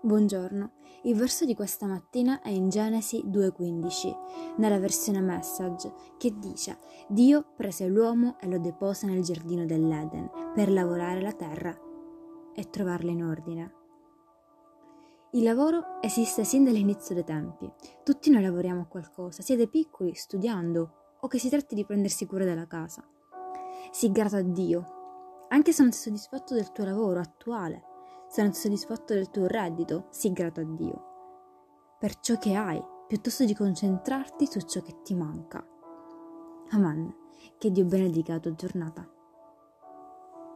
Buongiorno, il verso di questa mattina è in Genesi 2,15, nella versione Message, che dice: Dio prese l'uomo e lo depose nel giardino dell'Eden per lavorare la terra e trovarla in ordine. Il lavoro esiste sin dall'inizio dei tempi. Tutti noi lavoriamo a qualcosa, sia dai piccoli, studiando, o che si tratti di prendersi cura della casa. Sii grato a Dio, anche se non sei soddisfatto del tuo lavoro attuale. Se non sei soddisfatto del tuo reddito, sii grato a Dio per ciò che hai, piuttosto di concentrarti su ciò che ti manca. Amen. Che Dio benedica la tua giornata.